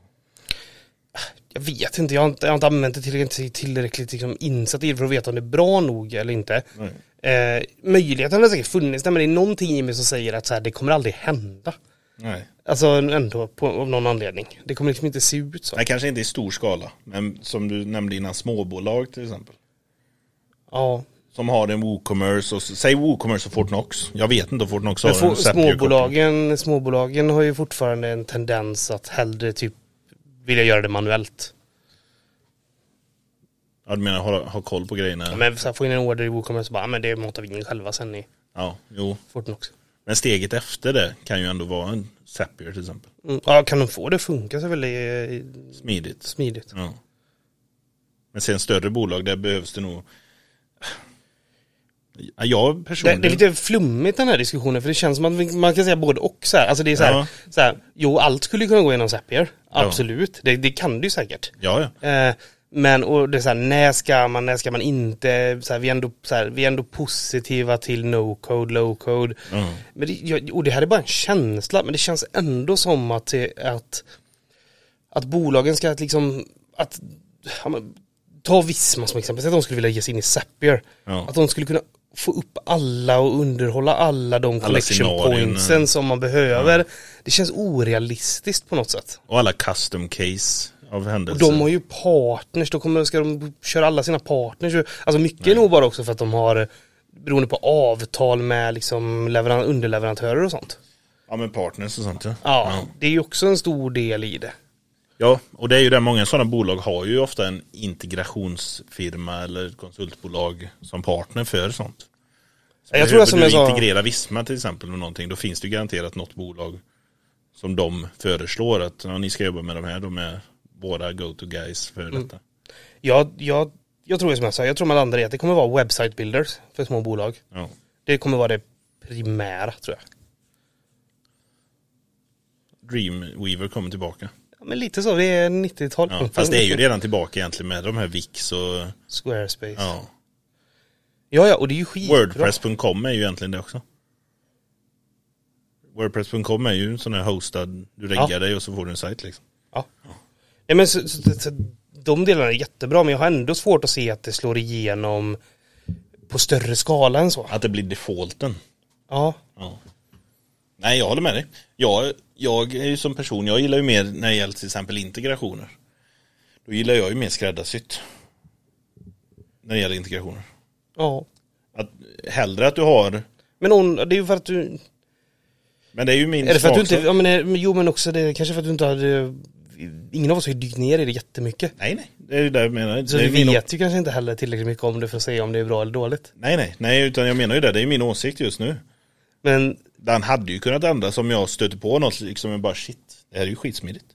Jag vet inte, jag har inte använt det tillräckligt liksom, insatt i det för att veta om det är bra nog eller inte. Möjligheten har säkert funnits, men det är någonting i mig som säger att så här, det kommer aldrig hända. Nej. Alltså ändå av någon anledning. Det kommer liksom inte se ut så. Nej, kanske inte i stor skala, men som du nämnde innan, småbolag till exempel. Ja. Som har en WooCommerce, och säg WooCommerce och Fortnox. Jag vet inte om Fortnox har en småbolagen har ju fortfarande en tendens att hellre typ vilja göra det manuellt. Ja, du menar ha koll på grejerna? Ja, men så här, få in en order i WooCommerce och bara, men det matar vi in själva sen i Fortnox. Men steget efter det kan ju ändå vara en Zapier till exempel. Ja, kan de få det funka så väldigt smidigt. Ja. Men sen större bolag, där behövs det nog... Jag personligen... Det är lite flummigt den här diskussionen, för det känns som att man kan säga både och så här. Alltså det är så här, jo, allt skulle kunna gå genom Zapier. Absolut. Det kan det ju säkert. Ja. Men och det är så här, när ska man inte så här, vi är ändå positiva till no code, low code. Men det här är bara en känsla, men det känns ändå som att bolagen ska liksom ta Visma som exempel, att de skulle vilja ge sig in i Zapier. Att de skulle kunna få upp alla och underhålla alla de collection pointsen som man behöver. Det känns orealistiskt på något sätt. Och alla custom case av händelser. Och de har ju partners, ska de köra alla sina partners. Alltså mycket är nog bara också för att de har, beroende på avtal med liksom underleverantörer och sånt. Ja, med partners och sånt. Ja, det är ju också en stor del i det. Ja, och det är ju där många sådana bolag har ju ofta en integrationsfirma eller konsultbolag som partner för sånt. Så jag tror att du integrera Visma till exempel med någonting, då finns det garanterat något bolag som de föreslår att ni ska jobba med de här, de är våra go-to guys för detta. Jag tror som jag sa, jag tror med andra är att det kommer vara website builders för små bolag. Ja. Det kommer vara det primära, tror jag. Dreamweaver kommer tillbaka. Ja, men lite så, det är 90-tal. Ja, fast det är ju redan tillbaka egentligen med de här Wix och Squarespace. ja. Ja, och det är ju skitbra. Wordpress.com är ju egentligen det också. Wordpress.com är ju en sån här hostad, du reggar dig och så får du en sajt liksom. Ja. Nej, men så de delarna är jättebra, men jag har ändå svårt att se att det slår igenom på större skala än så. Att det blir defaulten. Ja. Nej, jag håller med dig. Jag är ju som person, jag gillar ju mer när det gäller till exempel integrationer. Då gillar jag ju mer skräddarsytt. När det gäller integrationer. Ja. Hellre att du har... Men det är ju för att du... Men det är ju min är det för att du inte... smak, Ja, men också det kanske för att du inte hade... Ingen av oss har ju dykt ner i det jättemycket. Nej. Det är ju det jag menar. Så vi vet ju kanske inte heller tillräckligt mycket om det för att säga om det är bra eller dåligt. Nej, utan jag menar ju det. Det är min åsikt just nu. Men... Den hade ju kunnat ändras om jag stöter på något liksom och bara shit, det här är ju skitsmidigt.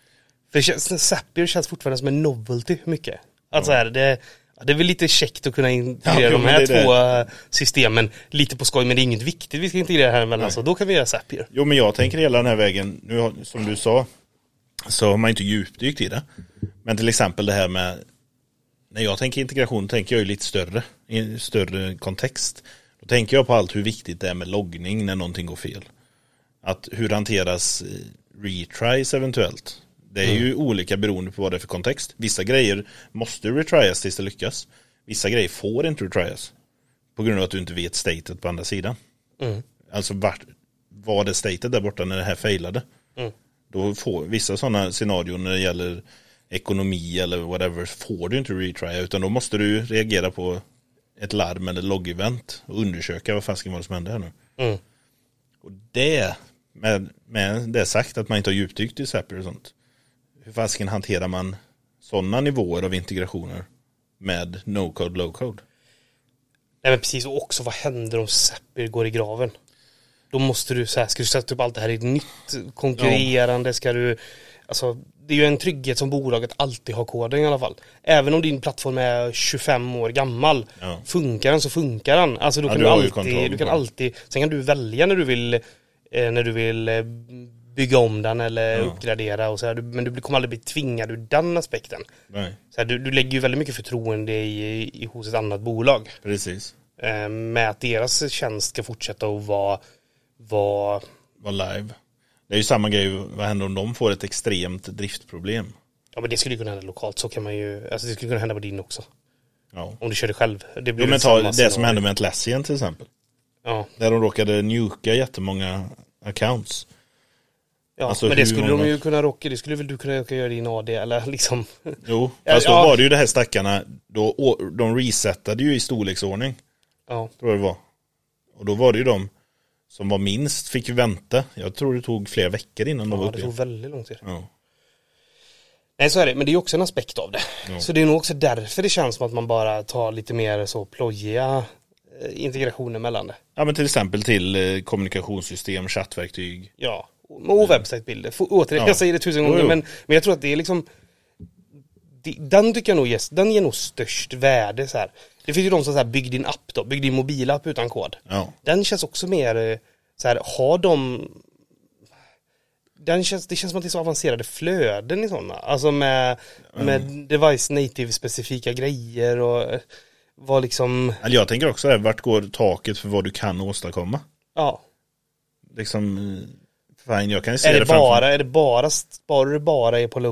För Zapier känns fortfarande som en novelty mycket. Alltså här, det är väl lite käckt att kunna integrera de här två systemen lite på skoj, men det är inget viktigt vi ska integrera här emellan, så då kan vi göra Zapier. Jo, men jag tänker hela den här vägen, nu som du sa, så har man inte djupdykt i det. Men till exempel det här med, när jag tänker integration tänker jag ju lite större, i större kontext. Då tänker jag på allt hur viktigt det är med loggning när någonting går fel. Att hur hanteras retries eventuellt. Det är ju olika beroende på vad det är för kontext. Vissa grejer måste retryas tills det lyckas. Vissa grejer får inte retryas. På grund av att du inte vet statet på andra sidan. Alltså vad är statet där borta när det här failade. Då får vissa sådana scenarier när det gäller ekonomi eller whatever, får du inte retrya, utan då måste du reagera på ett larm eller logg-event och undersöka vad fasken var det som hände här nu. Och det, med det sagt att man inte har djupdykt i Zapier och sånt, hur fasken hanterar man sådana nivåer av integrationer med no-code, low-code? Nej, men precis, och också vad händer om Zapier går i graven? Då måste du ska du sätta upp allt det här i ett nytt konkurrerande, ska du, alltså det är ju en trygghet som bolaget alltid har koden i alla fall. Även om din plattform är 25 år gammal, funkar den så funkar den. Alltså då kan du kan alltid, sen kan du välja när du vill bygga om den eller uppgradera och så här, men du kommer aldrig bli tvingad ur den aspekten. Nej. Så här, du lägger ju väldigt mycket förtroende hos ett annat bolag. Precis. Med att deras tjänst ska fortsätta att vara live. Det är ju samma grej, vad händer om de får ett extremt driftproblem? Ja, men det skulle ju kunna hända lokalt, så kan man ju, alltså det skulle kunna hända på din också. Ja. Om du kör det själv. Det blir men ta det som hände med Atlassian till exempel. Ja. Där de råkade nuka jättemånga accounts. Ja, alltså men det skulle de ju kunna rocka, det skulle väl du kunna göra i din AD eller liksom. Jo, fast då var det ju det här stackarna, då de resettade ju i storleksordning. Ja. Tror jag det var. Och då var det ju de som var minst fick ju vänta. Jag tror det tog flera veckor innan de var uppe. Ja, det tog väldigt lång tid. Ja. Nej, så är det, men det är ju också en aspekt av det. Ja. Så det är nog också därför det känns som att man bara tar lite mer så plojiga integrationer mellan det. Ja, men till exempel till kommunikationssystem, chattverktyg. Ja, och webbsitebilder. Återigen, jag säger det 1000 gånger, men jag tror att det är liksom, den tycker jag nog den ger nog störst värde så här. Det finns ju de som så här, bygg din app då, bygg din mobilapp utan kod. Ja. Den känns också mer så här, har de, det känns som att det är så avancerade flöden i sådana. Alltså med device native specifika grejer och vad liksom. Jag tänker också där, vart går taket för vad du kan åstadkomma? Ja. Liksom, fine, jag kan ju se är det bara sparar du bara på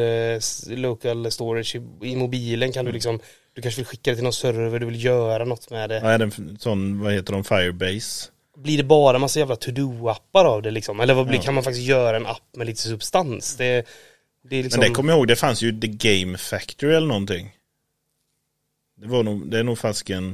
local storage i mobilen, kan du liksom, du kanske vill skicka det till någon server, du vill göra något med det. Ja, är det en sån, vad heter de, Firebase? Blir det bara en massa jävla to-do-appar av det liksom? Eller kan man faktiskt göra en app med lite substans? Det är liksom. Men det kommer jag ihåg, det fanns ju The Game Factory eller någonting. Det är nog fasken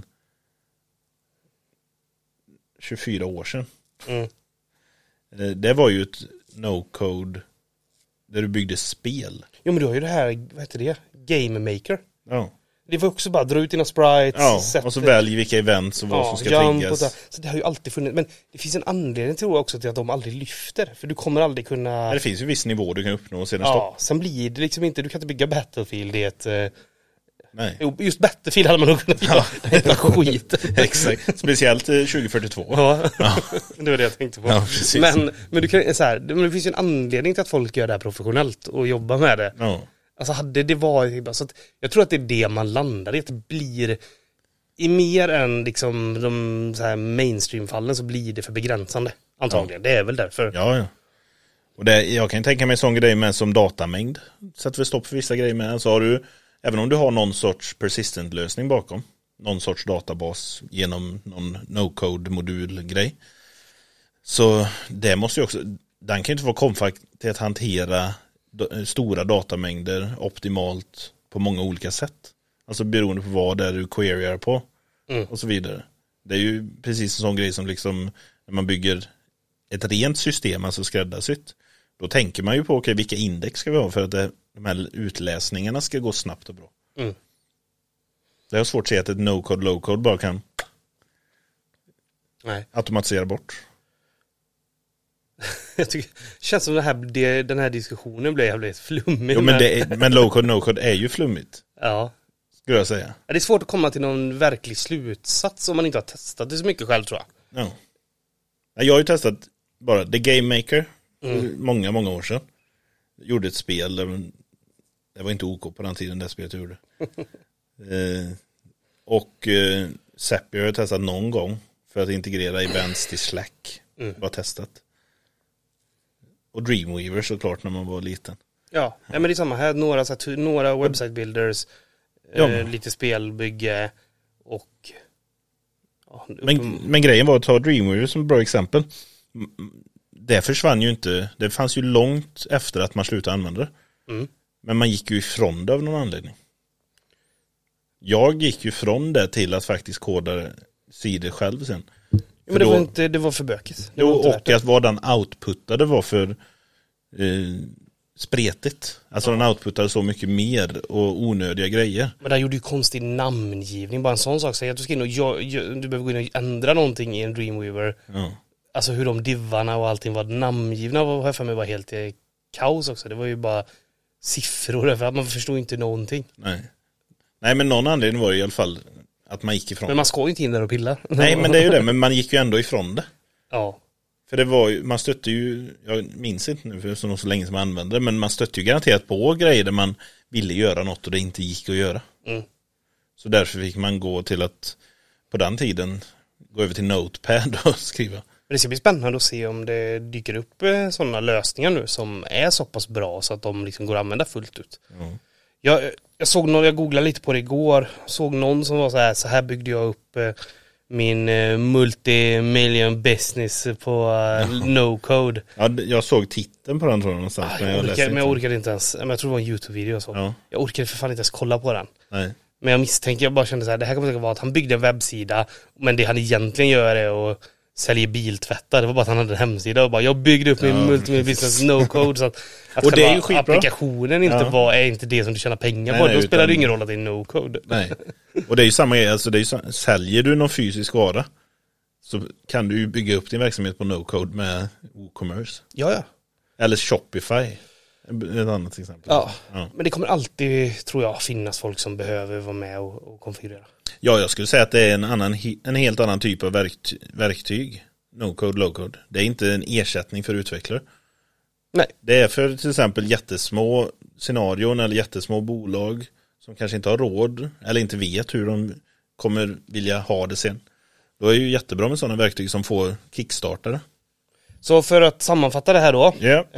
24 år sedan. Det var ju ett no-code där du byggde spel. Jo, men du har ju det här, vad heter det? Game Maker. Ja. Det var också bara dra ut dina sprites. Ja, och så välj vilka events och vad som ska triggas. Så det har ju alltid funnits. Men det finns en anledning, tror jag också, till att de aldrig lyfter. För du kommer aldrig kunna. Ja, det finns ju viss nivå du kan uppnå och sedan stopp. Sen blir det liksom inte, du kan inte bygga Battlefield i ett Nej. Jo, just Battlefield hade man nog kunnat göra. Det är skit. Exakt, speciellt 2042. Ja, det var det jag tänkte på. Ja, precis. Men du kan, så här, det finns ju en anledning till att folk gör det här professionellt och jobbar med det. Ja. Alltså hade det varit, så att, jag tror att det är det man landar i, att det blir i mer än liksom de så här mainstream-fallen så blir det för begränsande. Antagligen, det är väl därför. Ja. Och jag kan tänka mig en sån grej med som datamängd. Sätter vi stopp för vissa grejer med. Så har du, även om du har någon sorts persistent-lösning bakom, någon sorts databas genom någon no-code-modul-grej. Så det måste ju också, den kan ju inte vara kompakt till att hantera stora datamängder optimalt på många olika sätt. Alltså beroende på vad det är du queryar på och så vidare. Det är ju precis en sån grej som liksom när man bygger ett rent system, alltså skräddarsytt, då tänker man ju på vilka index ska vi ha för att de här utläsningarna ska gå snabbt och bra. Det är svårt att se att ett no-code, low-code bara kan automatisera bort. Jag tycker, det känns som den här diskussionen blev jävligt flummig. Jo, men low-code, no-code är ju flummigt. Ja. Skulle jag säga. Det är svårt att komma till någon verklig slutsats om man inte har testat det så mycket själv, tror jag. Ja. Jag har ju testat bara The Game Maker många år sedan. Jag gjorde ett spel det var inte OK på den tiden det spelet jag gjorde. Och Zapier har jag testat någon gång för att integrera events till Slack. Bara testat. Och Dreamweaver såklart när man var liten. Ja, men det är samma här. Några website builders, lite spelbygge och... Ja, men grejen var att ta Dreamweaver som ett bra exempel. Det försvann ju inte. Det fanns ju långt efter att man slutade använda det. Men man gick ju ifrån det av någon anledning. Jag gick ju från det till att faktiskt koda sidor själv sen. Men det var för bökigt. Och att vad den outputtade var för spretigt. Alltså den outputtade så mycket mer och onödiga grejer. Men den gjorde ju konstig namngivning. Bara en sån sak. Säg att du ska in och du behöver gå in och ändra någonting i en Dreamweaver. Ja. Alltså hur de divarna och allting var namngivna var för mig var helt kaos också. Det var ju bara siffror. För att man förstod inte någonting. Nej, men någon anledning var det i alla fall att man gick ifrån. Men man ska ju inte in där och pilla. Nej, men det är ju det. Men man gick ju ändå ifrån det. Ja. För det var ju, man stötte ju, jag minns inte nu för det är så länge som man använde det, men man stötte ju garanterat på grejer där man ville göra något och det inte gick att göra. Så därför fick man gå till att på den tiden gå över till Notepad och skriva. Det ska bli spännande att se om det dyker upp sådana lösningar nu som är så pass bra så att de liksom går att använda fullt ut. Jag såg någon, jag googlade lite på det igår, såg någon som var så här byggde jag upp min multimillion business på no-code. Ja, jag såg titeln på den tror jag någonstans. Men jag orkade inte ens, men jag tror det var en YouTube-video så. Ja. Jag orkade för fan inte ens kolla på den. Nej. Men jag misstänker, jag bara kände så här, det här kan säkert vara att han byggde en webbsida, men det han egentligen gör är att sälja biltvättar. Det var bara att han hade en hemsida och bara, jag byggde upp min multimillion business no-code så att och det är ju skitbra. Applikationen är inte det som du tjänar pengar på. Då spelar det ingen roll att det är no-code. Nej. Och det är ju samma grej, alltså säljer du någon fysisk vara så kan du ju bygga upp din verksamhet på no-code med WooCommerce. Ja. Eller Shopify. Ett annat exempel. Ja, men det kommer alltid, tror jag, finnas folk som behöver vara med och konfigurera. Ja, jag skulle säga att det är en helt annan typ av verktyg. No-code, low-code. Det är inte en ersättning för utvecklare. Nej. Det är för till exempel jättesmå scenarion eller jättesmå bolag som kanske inte har råd eller inte vet hur de kommer vilja ha det sen. Då är det ju jättebra med sådana verktyg som får kickstartare. Så för att sammanfatta det här då,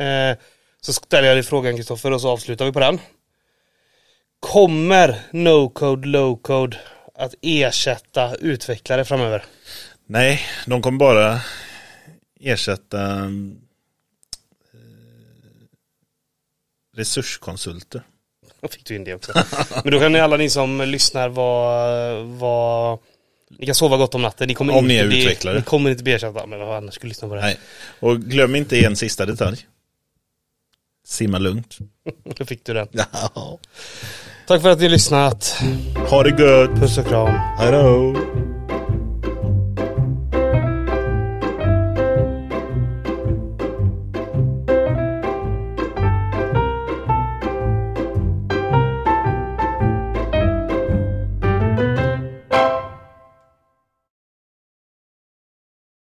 så ställer jag dig frågan, Kristoffer, och så avslutar vi på den. Kommer no-code, low-code att ersätta utvecklare framöver? Nej, de kommer bara ersätta resurskonsulter. Då fick du in det också. Men då kan ni alla ni som lyssnar ni kan sova gott om natten. Om ni är utvecklare. Ni kommer inte bli ersatta, men vad annars skulle lyssna på det här. Nej. Och glöm inte en sista detalj. Simma lugnt. Då fick du den. Ja. Tack för att ni har lyssnat. Ha det gött. Puss och kram. Hej då.